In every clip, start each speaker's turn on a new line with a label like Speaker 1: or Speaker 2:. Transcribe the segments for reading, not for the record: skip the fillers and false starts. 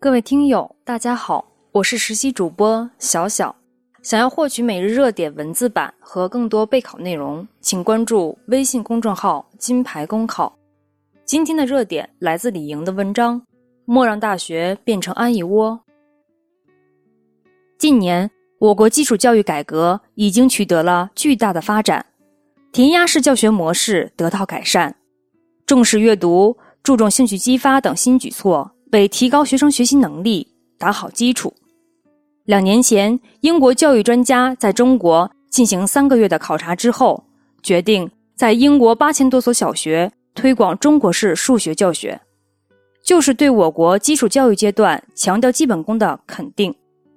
Speaker 1: 各位听友，大家好，我是实习主播小小。想要获取每日热点文字版和更多备考内容，请关注微信公众号金牌公考。今天的热点来自李莹的文章，莫让大学变成安逸窝。近年，我国基础教育改革已经取得了巨大的发展，填鸭式教学模式得到改善，重视阅读、注重兴趣激发等新举措为提高学生学习能力打好基础。2年前，英国教育专家在中国进行3个月的考察之后，决定在英国8000多所小学推广中国式数学教学，就是对我国基础教育阶段强调基本功的肯定。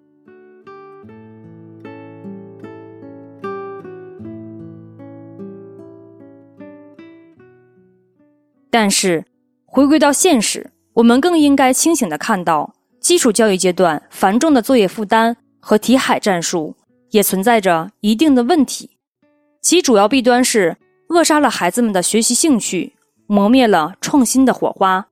Speaker 1: 但是，回归到现实，我们更应该清醒地看到，基础教育阶段繁重的作业负担和题海战术也存在着一定的问题，其主要弊端是扼杀了孩子们的学习兴趣，磨灭了创新的火花。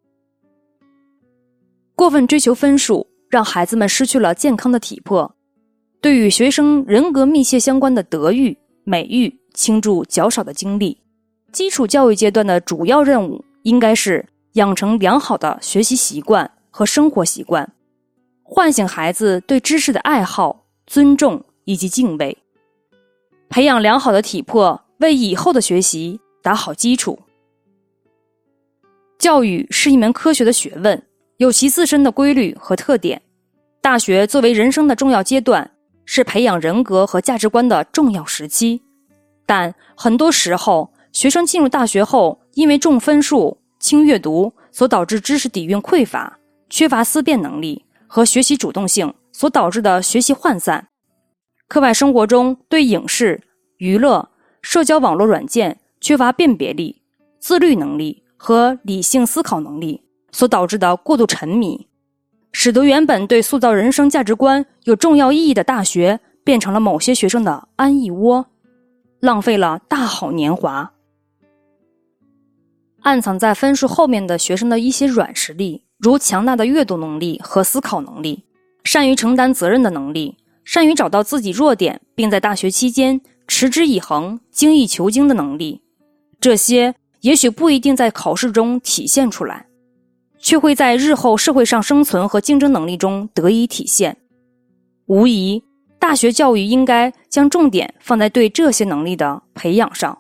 Speaker 1: 过分追求分数，让孩子们失去了健康的体魄，对与学生人格密切相关的德育、美育倾注较少的精力。基础教育阶段的主要任务应该是养成良好的学习习惯和生活习惯，唤醒孩子对知识的爱好、尊重以及敬畏，培养良好的体魄，为以后的学习打好基础。教育是一门科学的学问，有其自身的规律和特点。大学作为人生的重要阶段，是培养人格和价值观的重要时期。但很多时候，学生进入大学后，因为重分数、轻阅读所导致知识底蕴匮乏，缺乏思辨能力和学习主动性所导致的学习涣散，课外生活中对影视、娱乐、社交网络软件缺乏辨别力、自律能力和理性思考能力所导致的过度沉迷，使得原本对塑造人生价值观有重要意义的大学变成了某些学生的安逸窝，浪费了大好年华。暗藏在分数后面的学生的一些软实力，如强大的阅读能力和思考能力，善于承担责任的能力，善于找到自己弱点并在大学期间持之以恒、精益求精的能力，这些也许不一定在考试中体现出来，却会在日后社会上生存和竞争能力中得以体现。无疑，大学教育应该将重点放在对这些能力的培养上。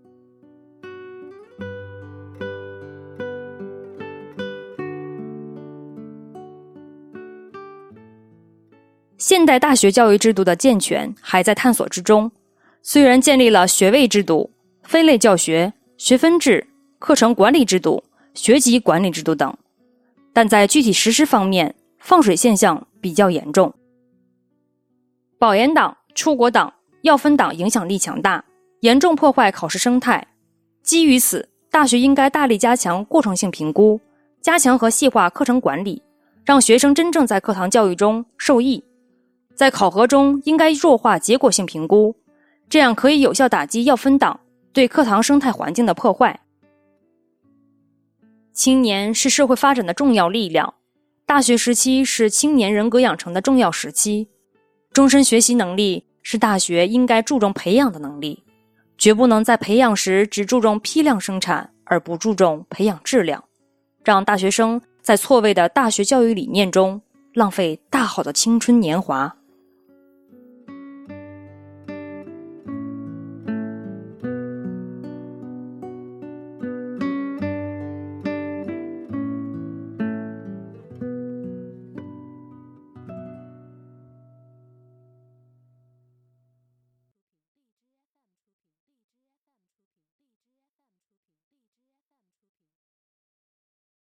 Speaker 1: 现代大学教育制度的健全还在探索之中，虽然建立了学位制度、分类教学、学分制、课程管理制度、学籍管理制度等，但在具体实施方面，放水现象比较严重。保研党、出国党、要分党影响力强大，严重破坏考试生态。基于此，大学应该大力加强过程性评估，加强和细化课程管理，让学生真正在课堂教育中受益。在考核中应该弱化结果性评估，这样可以有效打击要分党对课堂生态环境的破坏。青年是社会发展的重要力量，大学时期是青年人格养成的重要时期，终身学习能力是大学应该注重培养的能力，绝不能在培养时只注重批量生产而不注重培养质量，让大学生在错位的大学教育理念中浪费大好的青春年华。